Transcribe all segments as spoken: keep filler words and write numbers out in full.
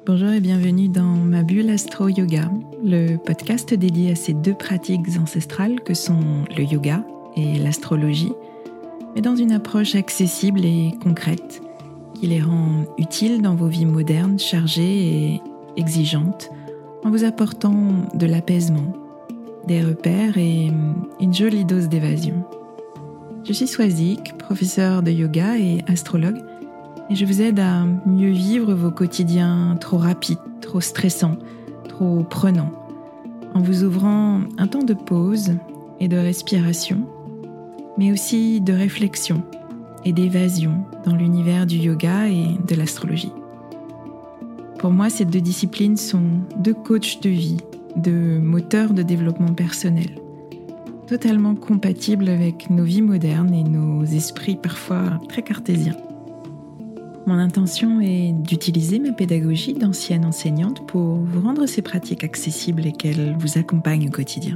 Bonjour et bienvenue dans ma bulle Astro Yoga, le podcast dédié à ces deux pratiques ancestrales que sont le yoga et l'astrologie, mais dans une approche accessible et concrète qui les rend utiles dans vos vies modernes, chargées et exigeantes, en vous apportant de l'apaisement, des repères et une jolie dose d'évasion. Je suis Swazik, professeure de yoga et astrologue, et je vous aide à mieux vivre vos quotidiens trop rapides, trop stressants, trop prenants, en vous ouvrant un temps de pause et de respiration, mais aussi de réflexion et d'évasion dans l'univers du yoga et de l'astrologie. Pour moi, ces deux disciplines sont deux coachs de vie, deux moteurs de développement personnel, totalement compatibles avec nos vies modernes et nos esprits parfois très cartésiens. Mon intention est d'utiliser ma pédagogie d'ancienne enseignante pour vous rendre ces pratiques accessibles et qu'elles vous accompagnent au quotidien.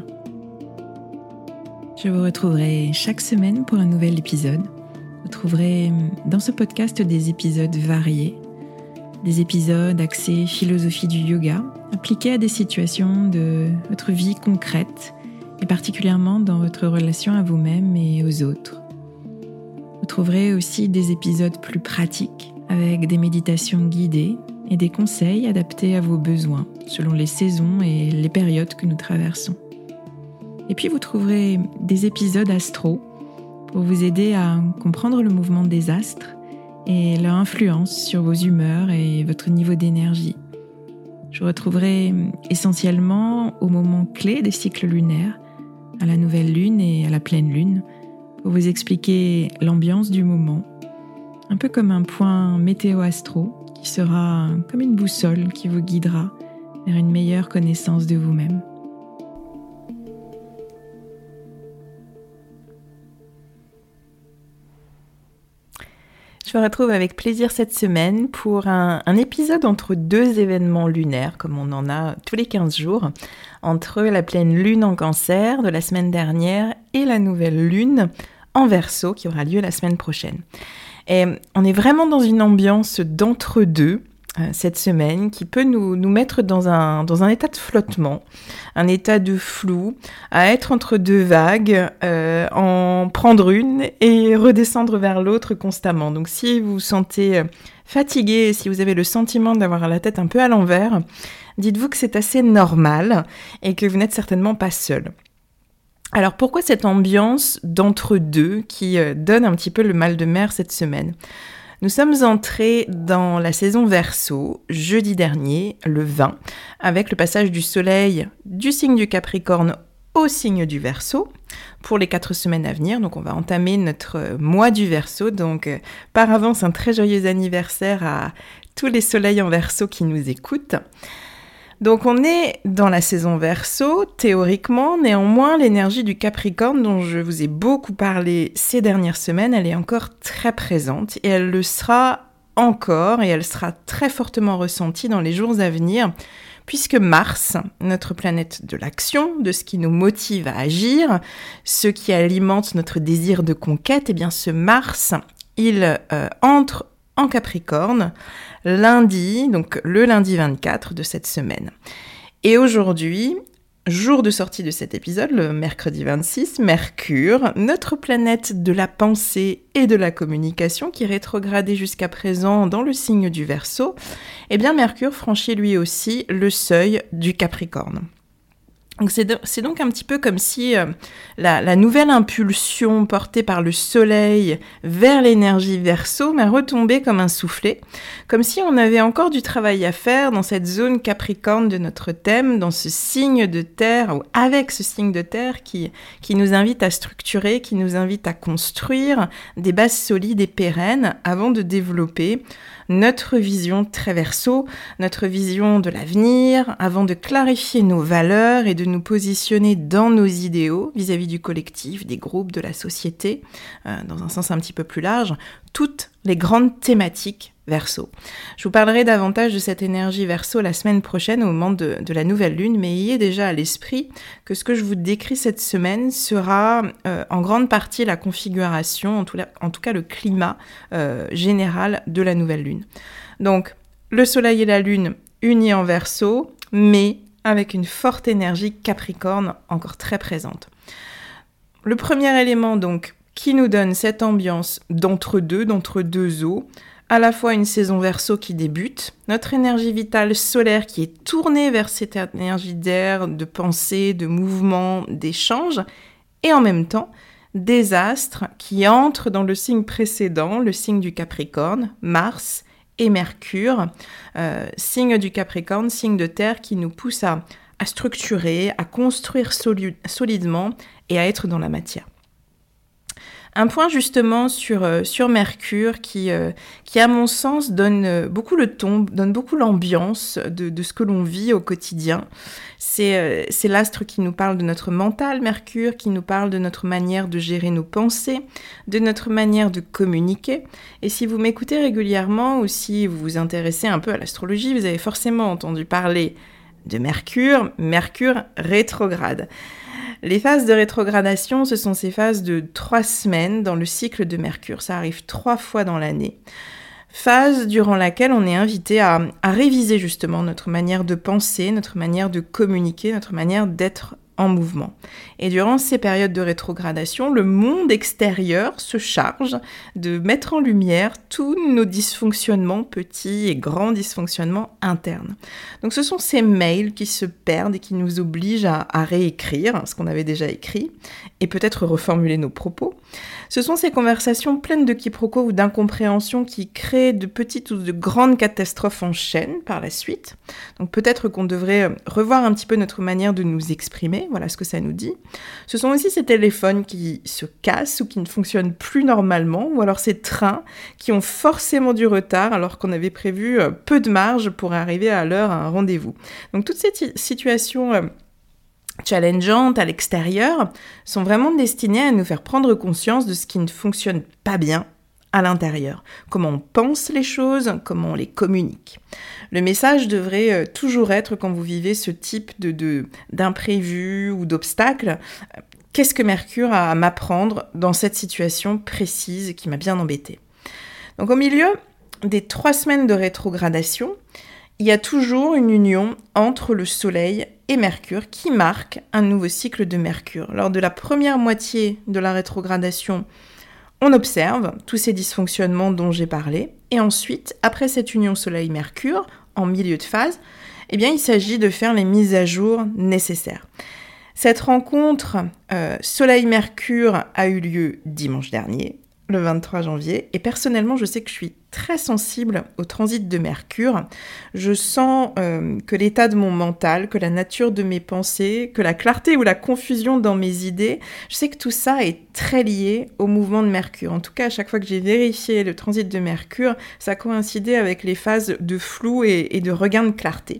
Je vous retrouverai chaque semaine pour un nouvel épisode. Vous trouverez dans ce podcast des épisodes variés, des épisodes axés philosophie du yoga, appliqués à des situations de votre vie concrète et particulièrement dans votre relation à vous-même et aux autres. Vous trouverez aussi des épisodes plus pratiques avec des méditations guidées et des conseils adaptés à vos besoins selon les saisons et les périodes que nous traversons. Et puis vous trouverez des épisodes astro pour vous aider à comprendre le mouvement des astres et leur influence sur vos humeurs et votre niveau d'énergie. Je vous retrouverai essentiellement au moment clé des cycles lunaires, à la nouvelle lune et à la pleine lune, pour vous expliquer l'ambiance du moment, un peu comme un point météo-astro qui sera comme une boussole qui vous guidera vers une meilleure connaissance de vous-même. Je vous retrouve avec plaisir cette semaine pour un, un épisode entre deux événements lunaires, comme on en a tous les quinze jours, entre la pleine lune en Cancer de la semaine dernière et la nouvelle lune en Verseau qui aura lieu la semaine prochaine. Et on est vraiment dans une ambiance d'entre-deux euh, cette semaine qui peut nous, nous mettre dans un, dans un état de flottement, un état de flou, à être entre deux vagues, euh, en prendre une et redescendre vers l'autre constamment. Donc si vous vous sentez fatigué, si vous avez le sentiment d'avoir la tête un peu à l'envers, dites-vous que c'est assez normal et que vous n'êtes certainement pas seul. Alors pourquoi cette ambiance d'entre-deux qui euh, donne un petit peu le mal de mer cette semaine ? Nous sommes entrés dans la saison Verseau jeudi dernier, le vingt, avec le passage du soleil du signe du Capricorne au signe du Verseau pour les quatre semaines à venir. Donc on va entamer notre mois du Verseau. Donc euh, par avance, un très joyeux anniversaire à tous les soleils en Verseau qui nous écoutent. Donc on est dans la saison Verseau, théoriquement, néanmoins l'énergie du Capricorne dont je vous ai beaucoup parlé ces dernières semaines, elle est encore très présente et elle le sera encore et elle sera très fortement ressentie dans les jours à venir puisque Mars, notre planète de l'action, de ce qui nous motive à agir, ce qui alimente notre désir de conquête, eh bien ce Mars, il euh, entre en Capricorne, lundi, donc le lundi vingt-quatre de cette semaine. Et aujourd'hui, jour de sortie de cet épisode, le mercredi vingt-six, Mercure, notre planète de la pensée et de la communication, qui rétrogradait jusqu'à présent dans le signe du Verseau, eh bien Mercure franchit lui aussi le seuil du Capricorne. Donc c'est, de, c'est donc un petit peu comme si euh, la, la nouvelle impulsion portée par le soleil vers l'énergie Verseau m'a retombé comme un soufflet, comme si on avait encore du travail à faire dans cette zone Capricorne de notre thème, dans ce signe de terre, ou avec ce signe de terre qui, qui nous invite à structurer, qui nous invite à construire des bases solides et pérennes avant de développer notre vision très Verseau, notre vision de l'avenir, avant de clarifier nos valeurs et de nous positionner dans nos idéaux vis-à-vis du collectif, des groupes, de la société, euh, dans un sens un petit peu plus large, toutes les grandes thématiques Verseau. Je vous parlerai davantage de cette énergie Verseau la semaine prochaine au moment de, de la nouvelle lune, mais ayez déjà à l'esprit que ce que je vous décris cette semaine sera euh, en grande partie la configuration, en tout, la, en tout cas le climat euh, général de la nouvelle lune. Donc, le soleil et la lune uni en Verseau, mais avec une forte énergie Capricorne encore très présente. Le premier élément donc qui nous donne cette ambiance d'entre-deux, d'entre-deux eaux, à la fois une saison Verseau qui débute, notre énergie vitale solaire qui est tournée vers cette énergie d'air, de pensée, de mouvement, d'échange, et en même temps, des astres qui entrent dans le signe précédent, le signe du Capricorne, Mars et Mercure, euh, signe du Capricorne, signe de terre qui nous pousse à, à structurer, à construire soli- solidement et à être dans la matière. Un point justement sur, euh, sur Mercure qui, euh, qui, à mon sens, donne euh, beaucoup le ton, donne beaucoup l'ambiance de, de ce que l'on vit au quotidien. C'est, euh, c'est l'astre qui nous parle de notre mental, Mercure, qui nous parle de notre manière de gérer nos pensées, de notre manière de communiquer. Et si vous m'écoutez régulièrement ou si vous vous intéressez un peu à l'astrologie, vous avez forcément entendu parler de Mercure, Mercure rétrograde. Les phases de rétrogradation, ce sont ces phases de trois semaines dans le cycle de Mercure. Ça arrive trois fois dans l'année. Phase durant laquelle on est invité à, à réviser justement notre manière de penser, notre manière de communiquer, notre manière d'être en mouvement. Et durant ces périodes de rétrogradation, le monde extérieur se charge de mettre en lumière tous nos dysfonctionnements, petits et grands dysfonctionnements internes. Donc ce sont ces mails qui se perdent et qui nous obligent à, à réécrire ce qu'on avait déjà écrit et peut-être reformuler nos propos. Ce sont ces conversations pleines de quiproquos ou d'incompréhensions qui créent de petites ou de grandes catastrophes en chaîne par la suite. Donc peut-être qu'on devrait revoir un petit peu notre manière de nous exprimer, voilà ce que ça nous dit. Ce sont aussi ces téléphones qui se cassent ou qui ne fonctionnent plus normalement, ou alors ces trains qui ont forcément du retard alors qu'on avait prévu peu de marge pour arriver à l'heure à un rendez-vous. Donc toutes ces t- situations euh, challengeantes à l'extérieur sont vraiment destinées à nous faire prendre conscience de ce qui ne fonctionne pas bien à l'intérieur, comment on pense les choses, comment on les communique. Le message devrait euh, toujours être, quand vous vivez ce type de, de, d'imprévu ou d'obstacle, euh, qu'est-ce que Mercure a à m'apprendre dans cette situation précise qui m'a bien embêtée. Donc au milieu des trois semaines de rétrogradation, il y a toujours une union entre le Soleil et Mercure qui marque un nouveau cycle de Mercure. Lors de la première moitié de la rétrogradation, on observe tous ces dysfonctionnements dont j'ai parlé, et ensuite, après cette union Soleil-Mercure, en milieu de phase, eh bien, il s'agit de faire les mises à jour nécessaires. Cette rencontre euh, Soleil-Mercure a eu lieu dimanche dernier, le vingt-trois janvier, et personnellement, je sais que je suis très sensible au transit de Mercure. Je sens euh, que l'état de mon mental, que la nature de mes pensées, que la clarté ou la confusion dans mes idées, je sais que tout ça est très lié au mouvement de Mercure. En tout cas, à chaque fois que j'ai vérifié le transit de Mercure, ça coïncidait avec les phases de flou et, et de regain de clarté.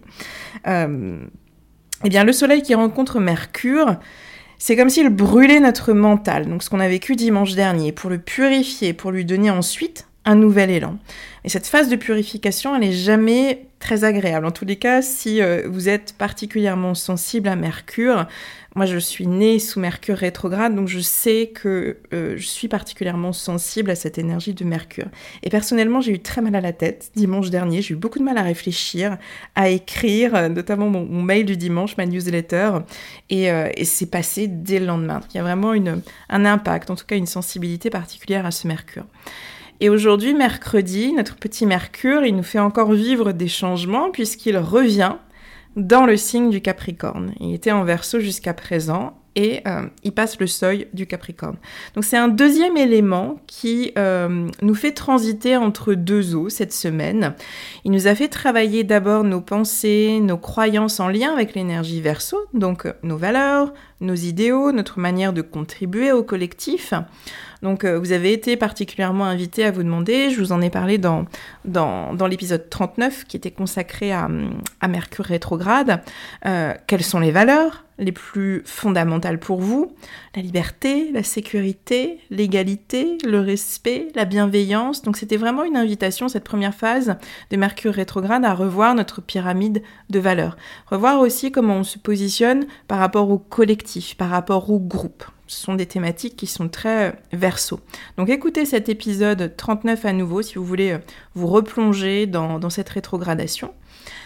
Euh, eh bien, le Soleil qui rencontre Mercure, c'est comme s'il brûlait notre mental, donc ce qu'on a vécu dimanche dernier, pour le purifier, pour lui donner ensuite un nouvel élan. Et cette phase de purification, elle n'est jamais très agréable. En tous les cas, si euh, vous êtes particulièrement sensible à Mercure, moi je suis née sous Mercure rétrograde, donc je sais que euh, je suis particulièrement sensible à cette énergie de Mercure. Et personnellement, j'ai eu très mal à la tête dimanche dernier, j'ai eu beaucoup de mal à réfléchir, à écrire, notamment mon, mon mail du dimanche, ma newsletter, et, euh, et c'est passé dès le lendemain. Donc il y a vraiment une, un impact, en tout cas une sensibilité particulière à ce Mercure. Et aujourd'hui, mercredi, notre petit Mercure, il nous fait encore vivre des changements puisqu'il revient dans le signe du Capricorne. Il était en Verseau jusqu'à présent et euh, il passe le seuil du Capricorne. Donc c'est un deuxième élément qui euh, nous fait transiter entre deux eaux cette semaine. Il nous a fait travailler d'abord nos pensées, nos croyances en lien avec l'énergie Verseau, donc nos valeurs, nos idéaux, notre manière de contribuer au collectif. Donc euh, vous avez été particulièrement invité à vous demander, je vous en ai parlé dans, dans, dans l'épisode trente-neuf qui était consacré à, à Mercure rétrograde, euh, quelles sont les valeurs les plus fondamentales pour vous, la liberté, la sécurité, l'égalité, le respect, la bienveillance. Donc c'était vraiment une invitation, cette première phase de Mercure rétrograde, à revoir notre pyramide de valeurs. Revoir aussi comment on se positionne par rapport au collectif, par rapport au groupe. Ce sont des thématiques qui sont très Verseau. Donc écoutez cet épisode trente-neuf à nouveau si vous voulez vous replonger dans, dans cette rétrogradation.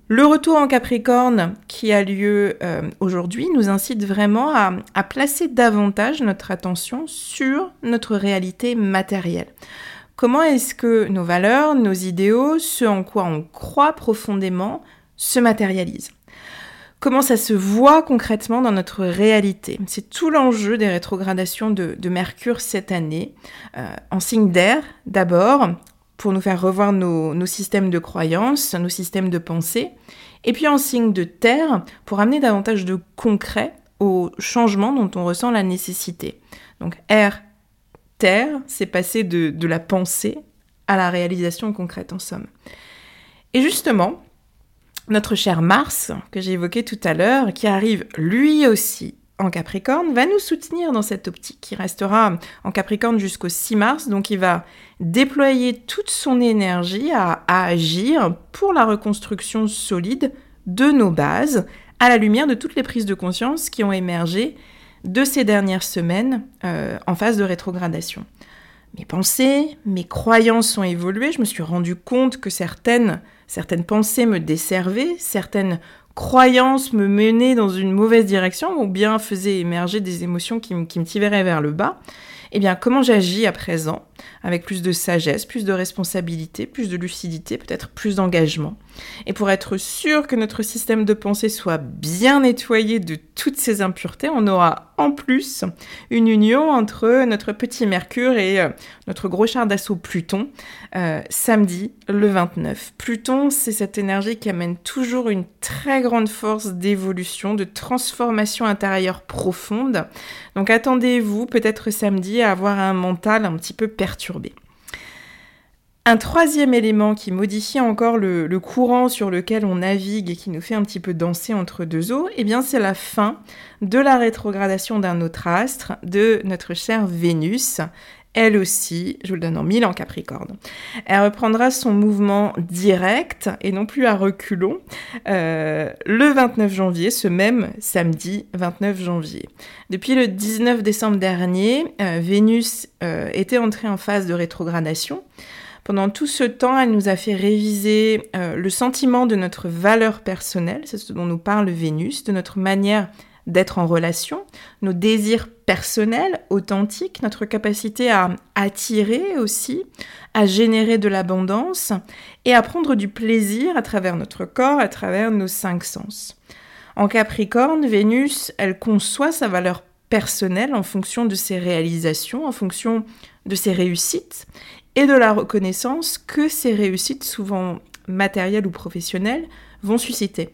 Le retour en Capricorne qui a lieu euh, aujourd'hui nous incite vraiment à, à placer davantage notre attention sur notre réalité matérielle. Comment est-ce que nos valeurs, nos idéaux, ce en quoi on croit profondément, se matérialisent ? Comment ça se voit concrètement dans notre réalité ? C'est tout l'enjeu des rétrogradations de, de Mercure cette année, euh, en signe d'air d'abord, pour nous faire revoir nos, nos systèmes de croyances, nos systèmes de pensée, et puis en signe de terre, pour amener davantage de concret au changement dont on ressent la nécessité. Donc air, terre, c'est passer de, de la pensée à la réalisation concrète en somme. Et justement, notre cher Mars, que j'ai évoqué tout à l'heure, qui arrive lui aussi en Capricorne, va nous soutenir dans cette optique. Il restera en Capricorne jusqu'au six mars, donc il va déployer toute son énergie à, à agir pour la reconstruction solide de nos bases, à la lumière de toutes les prises de conscience qui ont émergé de ces dernières semaines euh, en phase de rétrogradation. Mes pensées, mes croyances ont évolué, je me suis rendu compte que certaines, certaines pensées me desservaient, certaines croyances me menaient dans une mauvaise direction ou bien faisaient émerger des émotions qui, m- qui me tiraient vers le bas. Eh bien, comment j'agis à présent, avec plus de sagesse, plus de responsabilité, plus de lucidité, peut-être plus d'engagement. Et pour être sûr que notre système de pensée soit bien nettoyé de toutes ces impuretés, on aura en plus une union entre notre petit Mercure et euh, notre gros char d'assaut Pluton, euh, samedi le vingt-neuf. Pluton, c'est cette énergie qui amène toujours une très grande force d'évolution, de transformation intérieure profonde. Donc attendez-vous peut-être samedi à avoir un mental un petit peu perturbé. Un troisième élément qui modifie encore le, le courant sur lequel on navigue et qui nous fait un petit peu danser entre deux eaux, eh bien c'est la fin de la rétrogradation d'un autre astre, de notre chère Vénus. Elle aussi, je vous le donne en mille en Capricorne. Elle reprendra son mouvement direct et non plus à reculons euh, le vingt-neuf janvier, ce même samedi vingt-neuf janvier. Depuis le dix-neuf décembre dernier, euh, Vénus euh, était entrée en phase de rétrogradation. Pendant tout ce temps, elle nous a fait réviser euh, le sentiment de notre valeur personnelle, c'est ce dont nous parle Vénus, de notre manière d'être en relation, nos désirs personnels, authentiques, notre capacité à attirer aussi, à générer de l'abondance et à prendre du plaisir à travers notre corps, à travers nos cinq sens. En Capricorne, Vénus, elle conçoit sa valeur personnelle en fonction de ses réalisations, en fonction de ses réussites et de la reconnaissance que ces réussites, souvent matérielles ou professionnelles, vont susciter.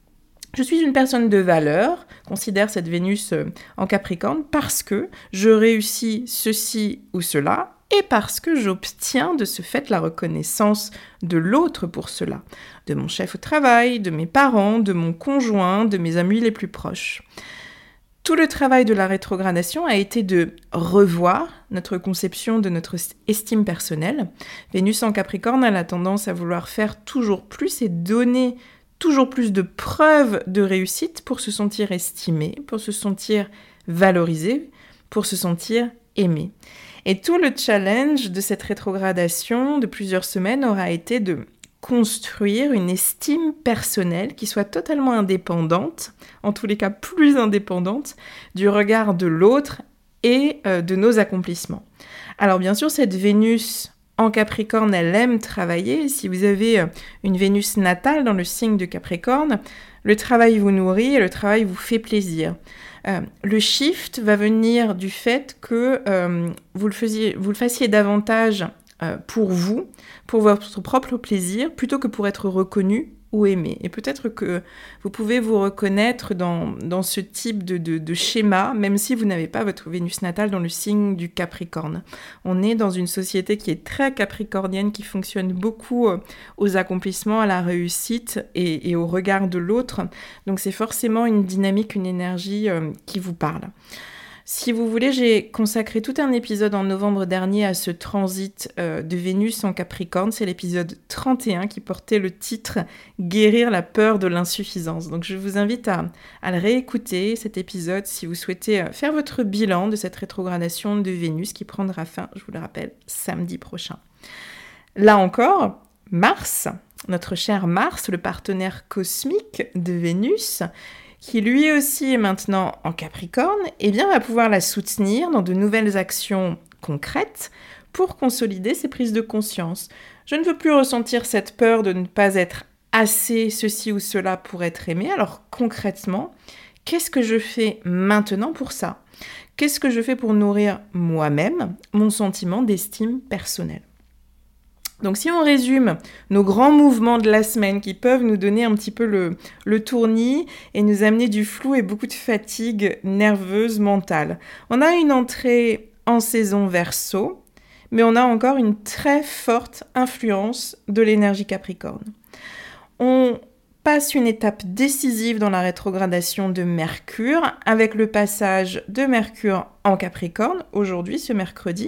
Je suis une personne de valeur, considère cette Vénus en Capricorne, parce que je réussis ceci ou cela, et parce que j'obtiens de ce fait la reconnaissance de l'autre pour cela, de mon chef au travail, de mes parents, de mon conjoint, de mes amis les plus proches. Tout le travail de la rétrogradation a été de revoir notre conception de notre estime personnelle. Vénus en Capricorne, elle a tendance à vouloir faire toujours plus et donner toujours plus de preuves de réussite pour se sentir estimé, pour se sentir valorisé, pour se sentir aimé. Et tout le challenge de cette rétrogradation de plusieurs semaines aura été de construire une estime personnelle qui soit totalement indépendante, en tous les cas plus indépendante, du regard de l'autre et euh, de nos accomplissements. Alors bien sûr, cette Vénus en Capricorne, elle aime travailler. Si vous avez une Vénus natale dans le signe de Capricorne, le travail vous nourrit et le travail vous fait plaisir. Euh, le shift va venir du fait que euh, vous, le faisiez, vous le fassiez davantage euh, pour vous, pour votre propre plaisir, plutôt que pour être reconnu ou aimé. Et peut-être que vous pouvez vous reconnaître dans, dans ce type de, de, de schéma, même si vous n'avez pas votre Vénus natale dans le signe du Capricorne. On est dans une société qui est très capricornienne, qui fonctionne beaucoup aux accomplissements, à la réussite et, et au regard de l'autre. Donc c'est forcément une dynamique, une énergie euh, qui vous parle. Si vous voulez, j'ai consacré tout un épisode en novembre dernier à ce transit euh, de Vénus en Capricorne. C'est l'épisode trente et un qui portait le titre « Guérir la peur de l'insuffisance ». Donc je vous invite à, à le réécouter, cet épisode, si vous souhaitez faire votre bilan de cette rétrogradation de Vénus qui prendra fin, je vous le rappelle, samedi prochain. Là encore, Mars notre cher Mars, le partenaire cosmique de Vénus, qui lui aussi est maintenant en Capricorne, eh bien, va pouvoir la soutenir dans de nouvelles actions concrètes pour consolider ses prises de conscience. Je ne veux plus ressentir cette peur de ne pas être assez ceci ou cela pour être aimé. Alors concrètement, qu'est-ce que je fais maintenant pour ça ? Qu'est-ce que je fais pour nourrir moi-même mon sentiment d'estime personnelle ? Donc si on résume nos grands mouvements de la semaine qui peuvent nous donner un petit peu le, le tournis et nous amener du flou et beaucoup de fatigue nerveuse, mentale. On a une entrée en saison Verseau, mais on a encore une très forte influence de l'énergie Capricorne. On passe une étape décisive dans la rétrogradation de Mercure avec le passage de Mercure en Capricorne, aujourd'hui, ce mercredi.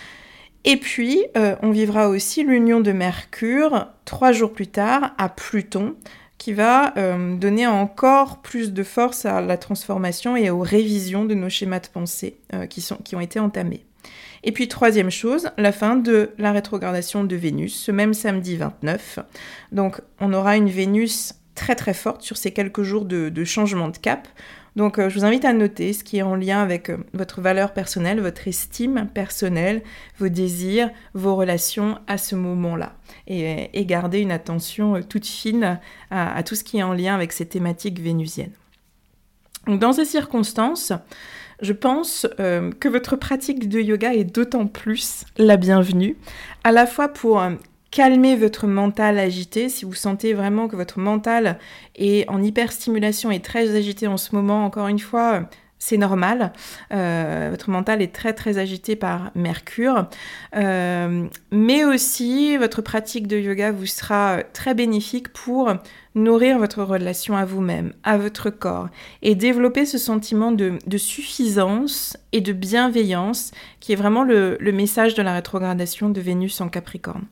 Et puis, euh, on vivra aussi l'union de Mercure, trois jours plus tard, à Pluton, qui va euh, donner encore plus de force à la transformation et aux révisions de nos schémas de pensée euh, qui, sont, qui ont été entamés. Et puis, troisième chose, la fin de la rétrogradation de Vénus, ce même samedi vingt-neuf. Donc, on aura une Vénus très très forte sur ces quelques jours de, de changement de cap. Donc, euh, je vous invite à noter ce qui est en lien avec euh, votre valeur personnelle, votre estime personnelle, vos désirs, vos relations à ce moment-là. Et, et garder une attention euh, toute fine à, à tout ce qui est en lien avec ces thématiques vénusiennes. Donc, dans ces circonstances, je pense euh, que votre pratique de yoga est d'autant plus la bienvenue, à la fois pour euh, calmer votre mental agité. Si vous sentez vraiment que votre mental est en hyperstimulation et très agité en ce moment, encore une fois, c'est normal. Euh, votre mental est très très agité par Mercure. Euh, mais aussi, votre pratique de yoga vous sera très bénéfique pour nourrir votre relation à vous-même, à votre corps, et développer ce sentiment de, de suffisance et de bienveillance qui est vraiment le, le message de la rétrogradation de Vénus en Capricorne.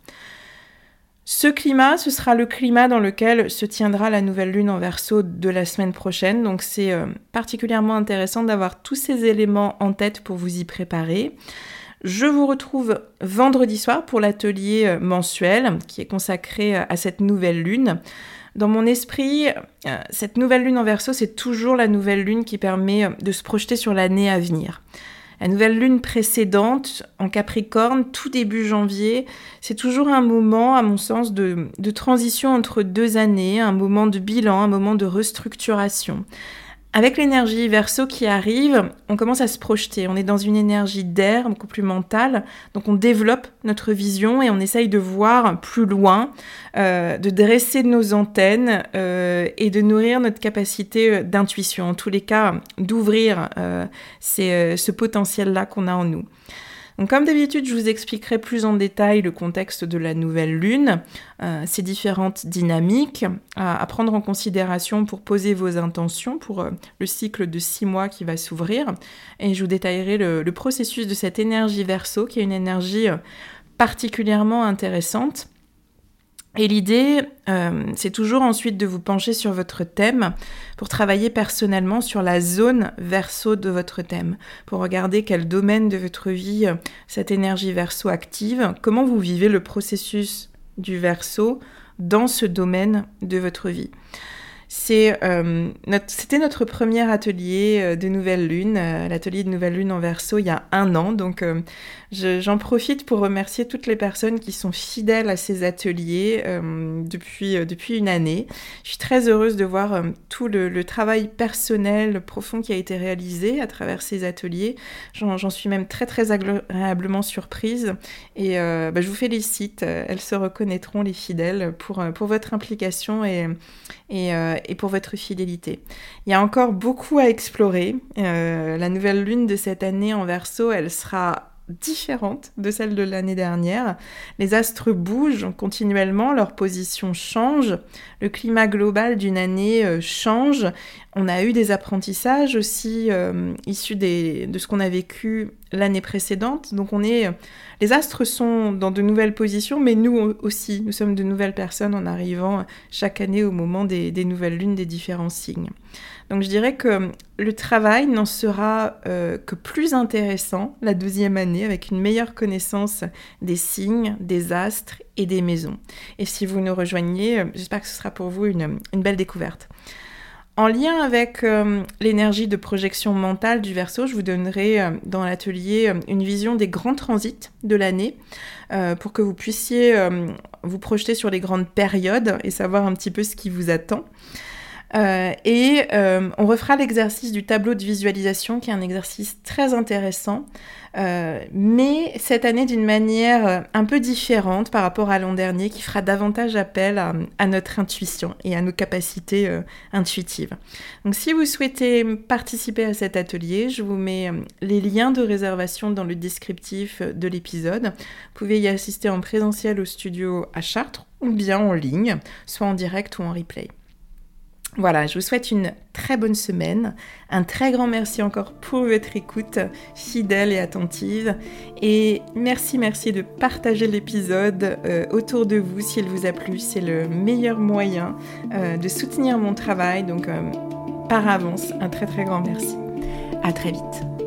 Ce climat, ce sera le climat dans lequel se tiendra la nouvelle lune en Verseau de la semaine prochaine. Donc c'est euh, particulièrement intéressant d'avoir tous ces éléments en tête pour vous y préparer. Je vous retrouve vendredi soir pour l'atelier euh, mensuel qui est consacré euh, à cette nouvelle lune. Dans mon esprit, euh, cette nouvelle lune en Verseau, c'est toujours la nouvelle lune qui permet euh, de se projeter sur l'année à venir. La nouvelle lune précédente, en Capricorne, tout début janvier, c'est toujours un moment, à mon sens, de, de transition entre deux années, un moment de bilan, un moment de restructuration. Avec l'énergie Verseau qui arrive, on commence à se projeter. On est dans une énergie d'air, beaucoup plus mentale, donc on développe notre vision et on essaye de voir plus loin, euh, de dresser nos antennes euh, et de nourrir notre capacité d'intuition. En tous les cas, d'ouvrir euh, ces, euh, ce potentiel-là qu'on a en nous. Donc, comme d'habitude, je vous expliquerai plus en détail le contexte de la nouvelle lune, euh, ces différentes dynamiques à, à prendre en considération pour poser vos intentions pour euh, le cycle de six mois qui va s'ouvrir. Et je vous détaillerai le, le processus de cette énergie Verseau, qui est une énergie euh, particulièrement intéressante. Et l'idée, euh, c'est toujours ensuite de vous pencher sur votre thème pour travailler personnellement sur la zone Verseau de votre thème, pour regarder quel domaine de votre vie euh, cette énergie Verseau active, comment vous vivez le processus du Verseau dans ce domaine de votre vie. C'est, euh, notre, c'était notre premier atelier euh, de Nouvelle Lune, euh, l'atelier de Nouvelle Lune en Verseau il y a un an. Donc euh, je, j'en profite pour remercier toutes les personnes qui sont fidèles à ces ateliers euh, depuis, euh, depuis une année. Je suis très heureuse de voir euh, tout le, le travail personnel profond qui a été réalisé à travers ces ateliers. J'en, j'en suis même très très agréablement surprise et euh, bah, je vous félicite. Elles se reconnaîtront, les fidèles, pour, pour votre implication et, et euh, et pour votre fidélité. Il y a encore beaucoup à explorer. Euh, la nouvelle lune de cette année en Verseau, elle sera différente de celle de l'année dernière. Les astres bougent continuellement, leur position change, le climat global d'une année euh, change. On a eu des apprentissages aussi euh, issus des, de ce qu'on a vécu l'année précédente. Donc on est, les astres sont dans de nouvelles positions, mais nous aussi, nous sommes de nouvelles personnes en arrivant chaque année au moment des, des nouvelles lunes des différents signes. Donc je dirais que le travail n'en sera euh, que plus intéressant la douzième année, avec une meilleure connaissance des signes, des astres et des maisons. Et si vous nous rejoignez, j'espère que ce sera pour vous une, une belle découverte. En lien avec euh, l'énergie de projection mentale du Verseau, je vous donnerai euh, dans l'atelier euh, une vision des grands transits de l'année euh, pour que vous puissiez euh, vous projeter sur les grandes périodes et savoir un petit peu ce qui vous attend. Euh, et euh, on refera l'exercice du tableau de visualisation qui est un exercice très intéressant, euh, mais cette année d'une manière un peu différente par rapport à l'an dernier, qui fera davantage appel à, à notre intuition et à nos capacités euh, intuitives. Donc si vous souhaitez participer à cet atelier, je vous mets les liens de réservation dans le descriptif de l'épisode. Vous pouvez y assister en présentiel au studio à Chartres ou bien en ligne, soit en direct ou en replay. Voilà, je vous souhaite une très bonne semaine. Un très grand merci encore pour votre écoute fidèle et attentive. Et merci, merci de partager l'épisode euh, autour de vous si il vous a plu. C'est le meilleur moyen euh, de soutenir mon travail. Donc, euh, par avance, un très très grand merci. À très vite.